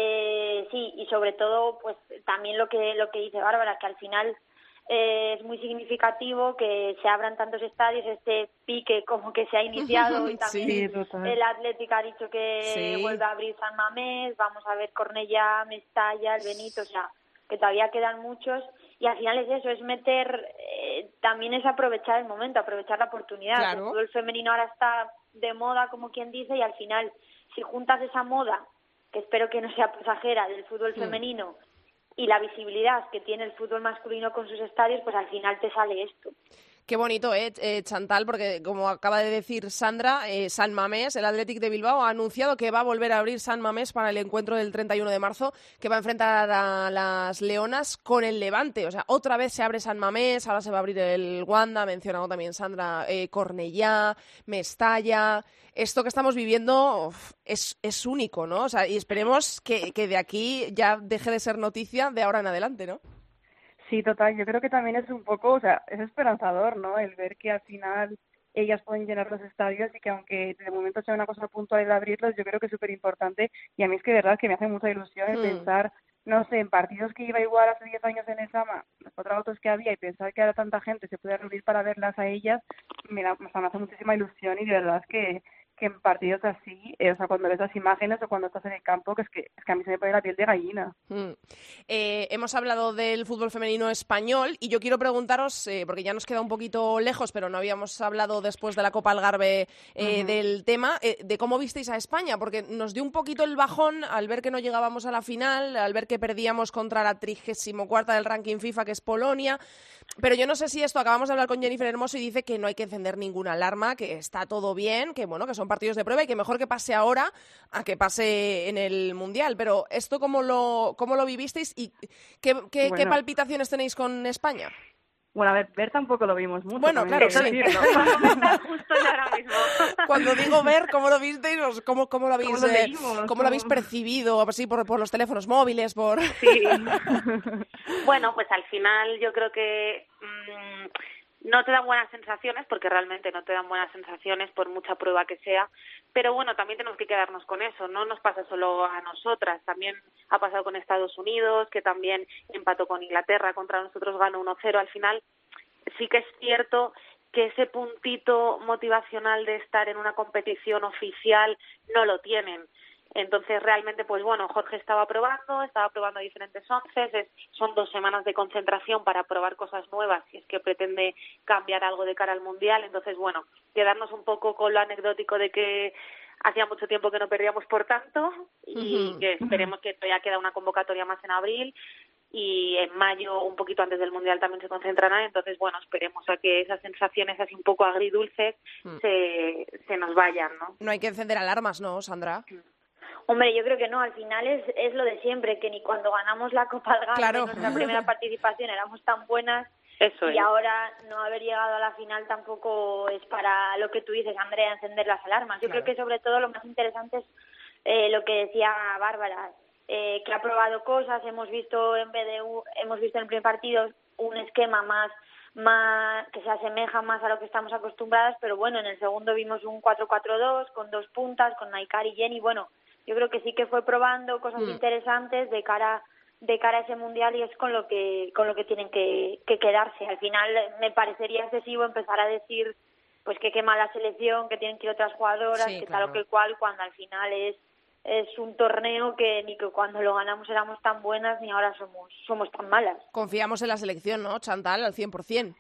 eh, sí, y sobre todo, pues también lo que lo que dice Bárbara, que al final eh, es muy significativo que se abran tantos estadios, este pique como que se ha iniciado y también sí, el Atlético ha dicho que sí. vuelve a abrir San Mamés, vamos a ver Cornellá, Mestalla, el Benito, o sea, que todavía quedan muchos y al final es eso, es meter, eh, también es aprovechar el momento, aprovechar la oportunidad. Claro. El fútbol femenino ahora está de moda, como quien dice, y al final, si juntas esa moda, que espero que no sea pasajera, del fútbol femenino y la visibilidad que tiene el fútbol masculino con sus estadios, pues al final te sale esto. Qué bonito, ¿eh, eh, Chantal? Porque como acaba de decir Sandra, eh, San Mamés, el Athletic de Bilbao, ha anunciado que va a volver a abrir San Mamés para el encuentro del treinta y uno de marzo, que va a enfrentar a las Leonas con el Levante. O sea, otra vez se abre San Mamés, ahora se va a abrir el Wanda, ha mencionado también Sandra, eh, Cornellá, Mestalla. Esto que estamos viviendo uf, es, es único, ¿no? O sea, y esperemos que, que de aquí ya deje de ser noticia de ahora en adelante, ¿no? Sí, total. Yo creo que también es un poco, o sea, es esperanzador, ¿no? El ver que al final ellas pueden llenar los estadios y que aunque de momento sea una cosa puntual el abrirlos, yo creo que es súper importante. Y a mí es que de verdad que me hace mucha ilusión el mm. pensar, no sé, en partidos que iba igual hace diez años en el Sama, los cuatro autos que había, y pensar que ahora tanta gente se puede reunir para verlas a ellas, me, da, o sea, me hace muchísima ilusión y de verdad es que... que en partidos así, eh, o sea, cuando ves las imágenes o cuando estás en el campo, que es que, es que a mí se me pone la piel de gallina. Mm. Eh, hemos hablado del fútbol femenino español y yo quiero preguntaros, eh, porque ya nos queda un poquito lejos, pero no habíamos hablado después de la Copa Algarve eh, uh-huh. del tema, eh, de cómo visteis a España, porque nos dio un poquito el bajón al ver que no llegábamos a la final, al ver que perdíamos contra la trigésimo cuarta del ranking FIFA, que es Polonia, pero yo no sé si esto, acabamos de hablar con Jennifer Hermoso y dice que no hay que encender ninguna alarma, que está todo bien, que bueno, que son partidos de prueba y que mejor que pase ahora a que pase en el Mundial. Pero esto, ¿cómo lo, cómo lo vivisteis y qué, qué, bueno. qué palpitaciones tenéis con España? Bueno, a ver, ver tampoco lo vimos mucho. Bueno, claro, sí. Decir, ¿no? Justo ahora mismo. Cuando digo ver, ¿cómo lo visteis? ¿Cómo, cómo lo habéis, ¿Cómo lo, eh, leímos, ¿cómo lo habéis percibido? Así, por, por los teléfonos móviles, por... Sí. Bueno, pues al final yo creo que... Mmm, no te dan buenas sensaciones, porque realmente no te dan buenas sensaciones por mucha prueba que sea, pero bueno, también tenemos que quedarnos con eso, no nos pasa solo a nosotras, también ha pasado con Estados Unidos, que también empató con Inglaterra, contra nosotros ganó uno cero, al final sí que es cierto que ese puntito motivacional de estar en una competición oficial no lo tienen. Entonces, realmente, pues bueno, Jorge estaba probando, estaba probando diferentes onces, es, son dos semanas de concentración para probar cosas nuevas, si es que pretende cambiar algo de cara al Mundial. Entonces, bueno, quedarnos un poco con lo anecdótico de que hacía mucho tiempo que no perdíamos por tanto y uh-huh. que esperemos que todavía queda una convocatoria más en abril y en mayo, un poquito antes del Mundial, también se concentrarán. Entonces, bueno, esperemos a que esas sensaciones así un poco agridulces uh-huh. se, se nos vayan, ¿no? No hay que encender alarmas, ¿no, Sandra? Uh-huh. Hombre, yo creo que no, al final es, es lo de siempre, que ni cuando ganamos la Copa del Galo, claro. en nuestra primera participación, éramos tan buenas. Eso y es. ahora no haber llegado a la final tampoco es para lo que tú dices, Andrea, encender las alarmas. Yo claro. creo que sobre todo lo más interesante es eh, lo que decía Bárbara, eh, que ha probado cosas, hemos visto en B D U, hemos visto en el primer partido un esquema más más que se asemeja más a lo que estamos acostumbradas, pero bueno, en el segundo vimos un cuatro cuatro dos con dos puntas, con Naikar y Jenny, bueno, yo creo que sí que fue probando cosas mm. interesantes de cara de cara a ese mundial y es con lo que con lo que tienen que, que quedarse. Al final me parecería excesivo empezar a decir pues que qué mala selección, que tienen que ir otras jugadoras, sí, que claro. tal o que cual, cuando al final es es un torneo que ni que cuando lo ganamos éramos tan buenas ni ahora somos somos tan malas. Confiamos en la selección, ¿no, Chantal? Al cien por ciento.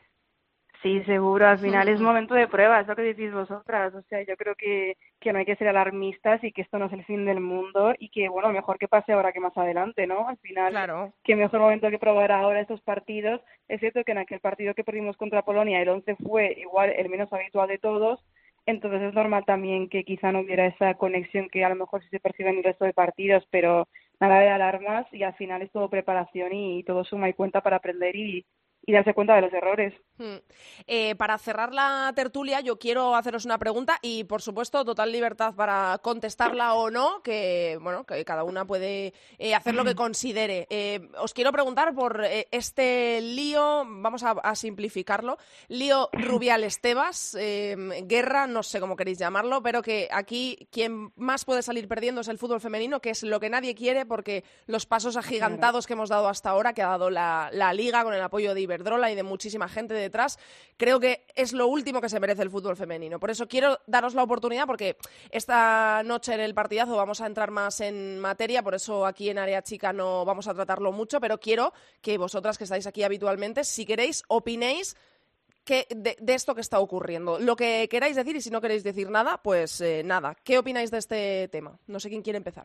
Sí, seguro. Al final es momento de prueba, es lo que decís vosotras. O sea, yo creo que, que no hay que ser alarmistas y que esto no es el fin del mundo y que, bueno, mejor que pase ahora que más adelante, ¿no? Al final, claro. que mejor momento que probar ahora estos partidos. Es cierto que en aquel partido que perdimos contra Polonia el once fue igual el menos habitual de todos, entonces es normal también que quizá no hubiera esa conexión que a lo mejor sí se percibe en el resto de partidos, pero nada de alarmas y al final es todo preparación y, y todo suma y cuenta para aprender y y darse cuenta de los errores. Hmm. Eh, para cerrar la tertulia, yo quiero haceros una pregunta y, por supuesto, total libertad para contestarla o no, que bueno, que cada una puede eh, hacer lo que considere. Eh, os quiero preguntar por eh, este lío, vamos a, a simplificarlo, lío Rubiales-Tebas, eh, guerra, no sé cómo queréis llamarlo, pero que aquí quien más puede salir perdiendo es el fútbol femenino, que es lo que nadie quiere porque los pasos agigantados que hemos dado hasta ahora, que ha dado la, la Liga con el apoyo de Iberdrola y de muchísima gente detrás, creo que es lo último que se merece el fútbol femenino. Por eso quiero daros la oportunidad, porque esta noche en el partidazo vamos a entrar más en materia, por eso aquí en Área Chica no vamos a tratarlo mucho, pero quiero que vosotras que estáis aquí habitualmente, si queréis, opinéis que de, de esto que está ocurriendo. Lo que queráis decir, y si no queréis decir nada, pues eh, nada. ¿Qué opináis de este tema? No sé quién quiere empezar.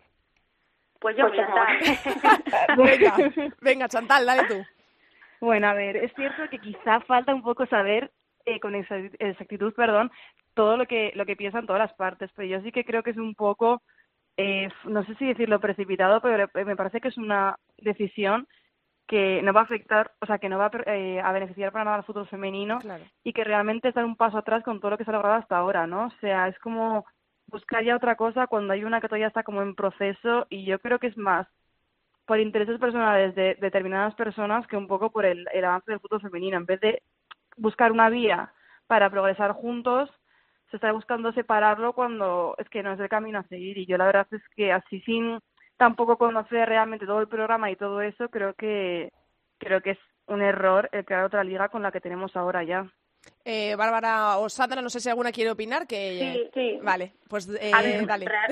Pues yo, pues Chantal. venga, venga, Chantal, dale tú. Bueno, a ver, es cierto que quizá falta un poco saber eh, con exactitud, perdón, todo lo que lo que piensan todas las partes, pero yo sí que creo que es un poco, eh, no sé si decirlo precipitado, pero me parece que es una decisión que no va a afectar, o sea, que no va a, eh, a beneficiar para nada al fútbol femenino, claro. Y que realmente es dar un paso atrás con todo lo que se ha logrado hasta ahora, ¿no? O sea, es como buscar ya otra cosa cuando hay una que todavía está como en proceso y yo creo que es más por intereses personales de determinadas personas que un poco por el, el avance del fútbol femenino. En vez de buscar una vía para progresar juntos, se está buscando separarlo cuando es que no es el camino a seguir. Y yo la verdad es que así sin tampoco conocer realmente todo el programa y todo eso, creo que creo que es un error el crear otra liga con la que tenemos ahora ya. Eh, Bárbara o Sandra, no sé si alguna quiere opinar. Que Sí, sí. Vale, pues eh, a ver, dale. Real,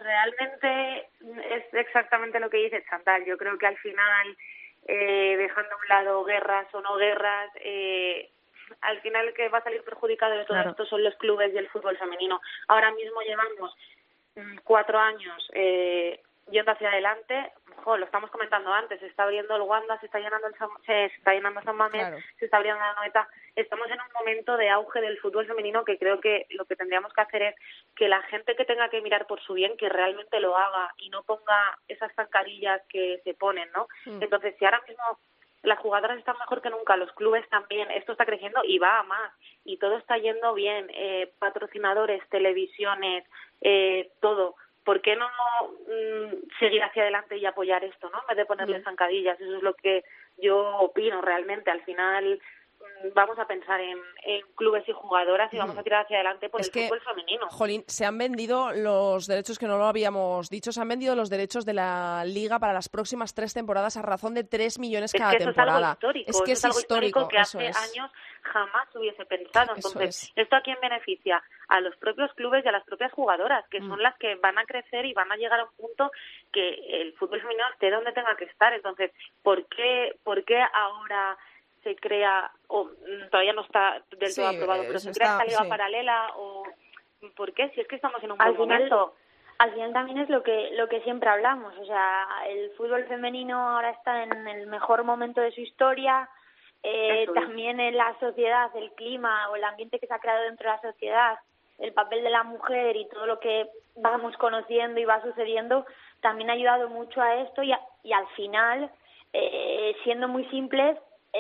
realmente es exactamente lo que dice Chantal. Yo creo que al final, eh, dejando a un lado guerras o no guerras, eh, al final el que va a salir perjudicado de todo claro. esto son los clubes y el fútbol femenino. Ahora mismo llevamos mm, cuatro años eh, yendo hacia adelante. Jo, lo estamos comentando antes, se está abriendo el Wanda, se está llenando el San, se está llenando San Mamés, claro. Se está abriendo la Noeta. Estamos en un momento de auge del fútbol femenino que creo que lo que tendríamos que hacer es que la gente que tenga que mirar por su bien, que realmente lo haga y no ponga esas zancadillas que se ponen, ¿no? Mm. Entonces, si ahora mismo las jugadoras están mejor que nunca, los clubes también, esto está creciendo y va a más, y todo está yendo bien, eh, patrocinadores, televisiones, eh, todo. ¿Por qué no mm, seguir hacia adelante y apoyar esto, no? En vez de ponerle zancadillas, eso es lo que yo opino realmente. Al final vamos a pensar en, en clubes y jugadoras y vamos a tirar hacia adelante por es el que, fútbol femenino. Jolín, se han vendido los derechos, que no lo habíamos dicho, se han vendido los derechos de la Liga para las próximas tres temporadas a razón de tres millones es cada que eso temporada. Es, algo histórico, es que es, es algo histórico, histórico que hace es. años jamás hubiese pensado. Entonces, es. ¿esto a quién beneficia? A los propios clubes y a las propias jugadoras, que mm. son las que van a crecer y van a llegar a un punto que el fútbol femenino esté donde tenga que estar. Entonces, ¿por qué, por qué ahora se crea, o mm, todavía no está del todo sí, aprobado, pero se crea esta liga sí. paralela? O ¿por qué? Si es que estamos en un al buen final, momento. Al final también es lo que lo que siempre hablamos, o sea, el fútbol femenino ahora está en el mejor momento de su historia, eh, también en la sociedad, el clima o el ambiente que se ha creado dentro de la sociedad, el papel de la mujer y todo lo que vamos conociendo y va sucediendo, también ha ayudado mucho a esto y, a, y al final, eh, siendo muy simples,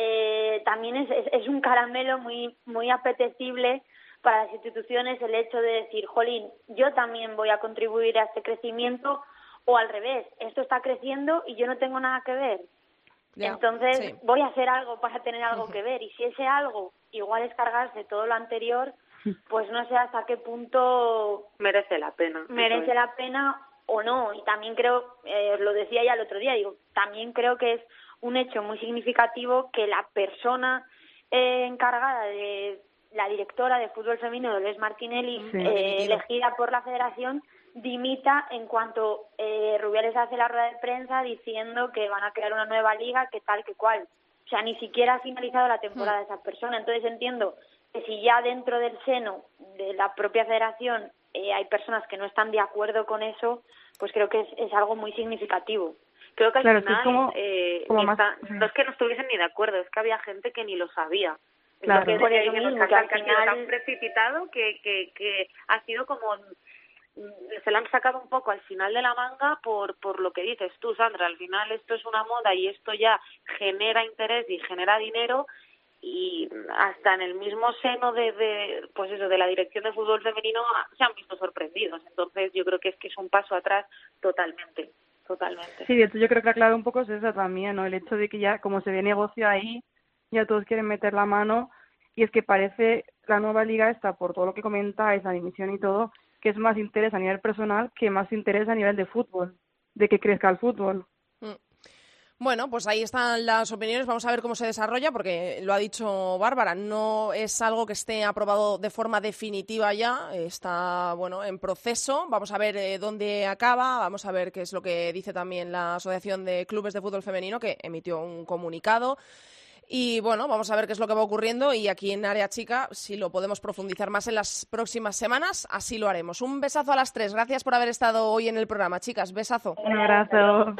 eh, también es, es, es un caramelo muy muy apetecible para las instituciones el hecho de decir, jolín, yo también voy a contribuir a este crecimiento, o al revés, esto está creciendo y yo no tengo nada que ver. Ya, Entonces sí. voy a hacer algo para tener algo uh-huh. que ver, y si ese algo igual es cargarse todo lo anterior, pues no sé hasta qué punto merece la pena. Merece la pena o no. Y también creo, eh, os lo decía ya el otro día, digo, también creo que es un hecho muy significativo que la persona eh, encargada de la directora de fútbol femenino, Dolores Martinelli, sí, eh, elegida por la federación, dimita en cuanto eh, Rubiales hace la rueda de prensa diciendo que van a crear una nueva liga, que tal, que cual. O sea, ni siquiera ha finalizado la temporada de esa persona. Entonces entiendo que si ya dentro del seno de la propia federación eh, hay personas que no están de acuerdo con eso, pues creo que es, es algo muy significativo. Creo que al claro, final es como, eh, como más... está, no es que no estuviesen ni de acuerdo, es que había gente que ni lo sabía. Claro, que por eso que mismo, que que al ha final... sido tan precipitado que, que, que ha sido como... se lo han sacado un poco al final de la manga por por lo que dices tú, Sandra. Al final esto es una moda y esto ya genera interés y genera dinero, y hasta en el mismo seno de, de pues eso de la dirección de fútbol femenino se han visto sorprendidos. Entonces yo creo que es que es un paso atrás totalmente, totalmente. Sí, de hecho yo creo que la clave un poco es esa también, ¿no? El hecho de que ya como se ve negocio ahí, ya todos quieren meter la mano, y es que parece la nueva liga esta, por todo lo que comentáis, la dimisión y todo, que es más interés a nivel personal que más interés a nivel de fútbol, de que crezca el fútbol. Mm. Bueno, pues ahí están las opiniones. Vamos a ver cómo se desarrolla, porque lo ha dicho Bárbara, no es algo que esté aprobado de forma definitiva ya, está bueno en proceso. Vamos a ver eh, dónde acaba, vamos a ver qué es lo que dice también la Asociación de Clubes de Fútbol Femenino, que emitió un comunicado. Y bueno, vamos a ver qué es lo que va ocurriendo, y aquí en Área Chica, si lo podemos profundizar más en las próximas semanas, así lo haremos. Un besazo a las tres, gracias por haber estado hoy en el programa, chicas, besazo. Un abrazo.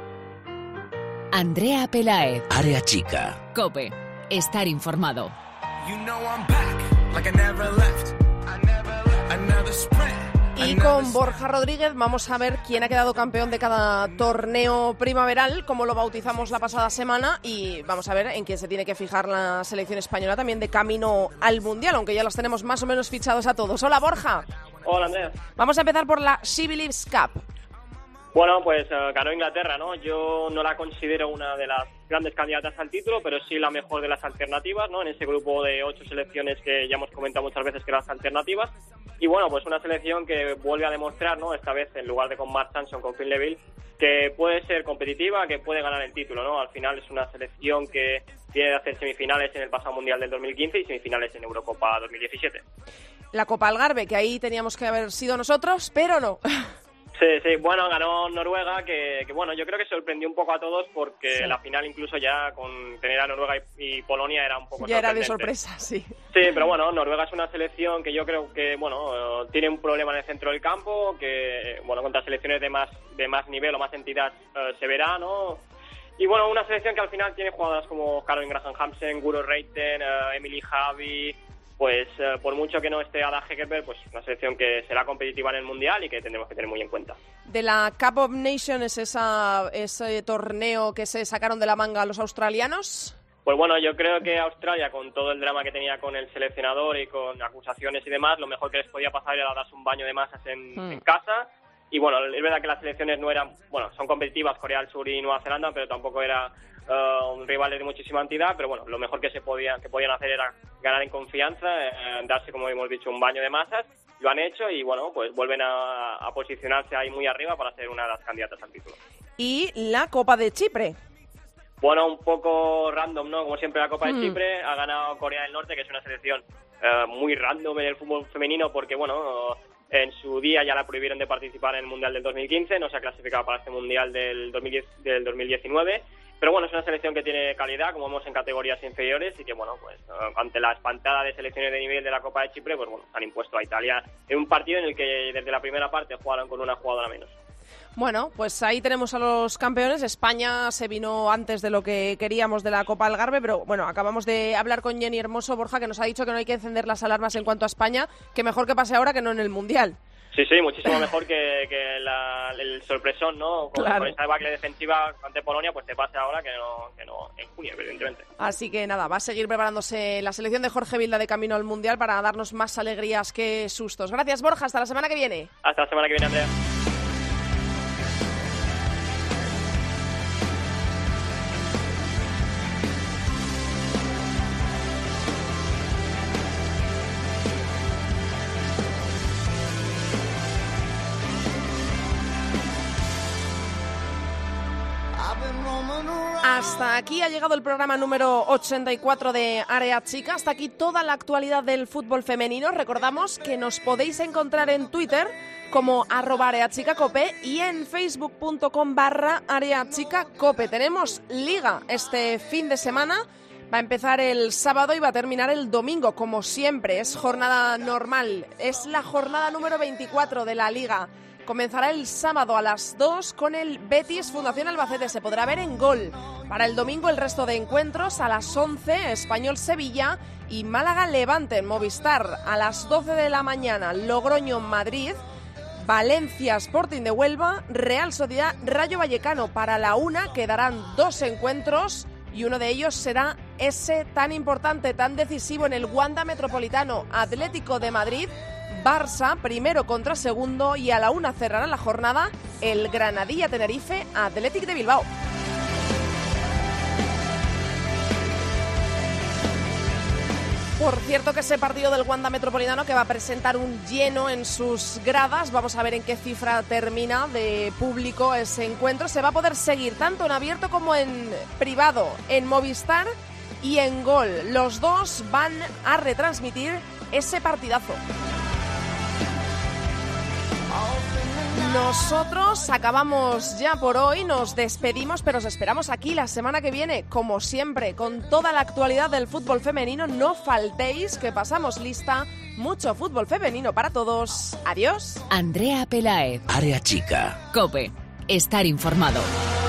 Andrea Peláez. Área Chica. COPE. Estar informado. You know I'm back, like I never left. I never left. Another sprint. Y con Borja Rodríguez vamos a ver quién ha quedado campeón de cada torneo primaveral, como lo bautizamos la pasada semana, y vamos a ver en quién se tiene que fijar la selección española también de camino al Mundial, aunque ya los tenemos más o menos fichados a todos. Hola, Borja. Hola, Andrea. Vamos a empezar por la She Believes Cup. Bueno, pues uh, ganó Inglaterra, ¿no? Yo no la considero una de las grandes candidatas al título, pero sí la mejor de las alternativas, ¿no? En ese grupo de ocho selecciones que ya hemos comentado muchas veces que eran las alternativas. Y bueno, pues una selección que vuelve a demostrar, ¿no? Esta vez, en lugar de con Mark Sanson, con Phil Neville, que puede ser competitiva, que puede ganar el título, ¿no? Al final es una selección que tiene de hacer semifinales en el pasado Mundial del dos mil quince y semifinales en Eurocopa dos mil diecisiete. La Copa Algarve, que ahí teníamos que haber sido nosotros, pero no. Sí, sí, bueno, ganó Noruega, que, que bueno, yo creo que sorprendió un poco a todos, porque sí. La final incluso ya con tener a Noruega y, y Polonia era un poco ya era de sorpresa, sí. Sí, pero bueno, Noruega es una selección que yo creo que, bueno, tiene un problema en el centro del campo, que, bueno, contra selecciones de más de más nivel o más entidad eh, se verá, ¿no? Y bueno, una selección que al final tiene jugadoras como Caroline Graham-Hansen, Guro Reiten, eh, Emily Javi. Pues eh, por mucho que no esté Ada Hegerberg, pues una selección que será competitiva en el Mundial y que tendremos que tener muy en cuenta. De la Cup of Nations, esa, ese torneo que se sacaron de la manga los australianos. Pues bueno, yo creo que Australia, con todo el drama que tenía con el seleccionador y con acusaciones y demás, lo mejor que les podía pasar era darse un baño de masas en, hmm. en casa y bueno, es verdad que las selecciones no eran, bueno, son competitivas, Corea del Sur y Nueva Zelanda, pero tampoco era uh, un rival de muchísima entidad, pero bueno, lo mejor que se podía, que podían hacer era ganar en confianza, eh, darse, como hemos dicho, un baño de masas. Lo han hecho y bueno, pues vuelven a, a posicionarse ahí muy arriba para ser una de las candidatas al título. Y la Copa de Chipre. Bueno, un poco random, ¿no? Como siempre, la Copa Mm. de Chipre ha ganado Corea del Norte, que es una selección uh, muy random en el fútbol femenino, porque bueno, uh, en su día ya la prohibieron de participar en el Mundial del dos mil quince, no se ha clasificado para este Mundial del, dos mil diez, del dos mil diecinueve, pero bueno, es una selección que tiene calidad, como vemos en categorías inferiores, y que bueno, pues uh, ante la espantada de selecciones de nivel de la Copa de Chipre, pues bueno, han impuesto a Italia en un partido en el que desde la primera parte jugaron con una jugadora menos. Bueno, pues ahí tenemos a los campeones. España se vino antes de lo que queríamos de la Copa Algarve, pero bueno, acabamos de hablar con Jenny Hermoso, Borja, que nos ha dicho que no hay que encender las alarmas en cuanto a España, que mejor que pase ahora que no en el Mundial. Sí, sí, muchísimo mejor que, que la, el sorpresón, ¿no? Con, Claro. con esa debacle defensiva ante Polonia, pues te pase ahora que no, que no en junio, evidentemente. Así que nada, va a seguir preparándose la selección de Jorge Vilda de camino al Mundial para darnos más alegrías que sustos. Gracias, Borja, hasta la semana que viene. Hasta la semana que viene, Andrea. Hasta aquí ha llegado el programa número ochenta y cuatro de Área Chica. Hasta aquí toda la actualidad del fútbol femenino. Recordamos que nos podéis encontrar en Twitter como arroba areachicacope y en facebook.com barra areachicacope. Tenemos liga este fin de semana. Va a empezar el sábado y va a terminar el domingo, como siempre. Es jornada normal. Es la jornada número veinticuatro de la liga. Comenzará el sábado a las dos con el Betis Fundación Albacete. Se podrá ver en Gol. Para el domingo el resto de encuentros a las once, Español Sevilla y Málaga Levante en Movistar. A las doce de la mañana, Logroño Madrid, Valencia Sporting de Huelva, Real Sociedad Rayo Vallecano. Para la una quedarán dos encuentros y uno de ellos será ese tan importante, tan decisivo en el Wanda Metropolitano, Atlético de Madrid Barça, primero contra segundo, y a la una cerrará la jornada el Granadilla Tenerife Athletic de Bilbao. Por cierto, que ese partido del Wanda Metropolitano que va a presentar un lleno en sus gradas, vamos a ver en qué cifra termina de público ese encuentro. Se va a poder seguir tanto en abierto como en privado, en Movistar y en Gol. Los dos van a retransmitir ese partidazo. Nosotros acabamos ya por hoy, nos despedimos, pero os esperamos aquí la semana que viene, como siempre, con toda la actualidad del fútbol femenino. No faltéis, que pasamos lista. Mucho fútbol femenino para todos. Adiós. Andrea Peláez. Área Chica. COPE. Estar informado.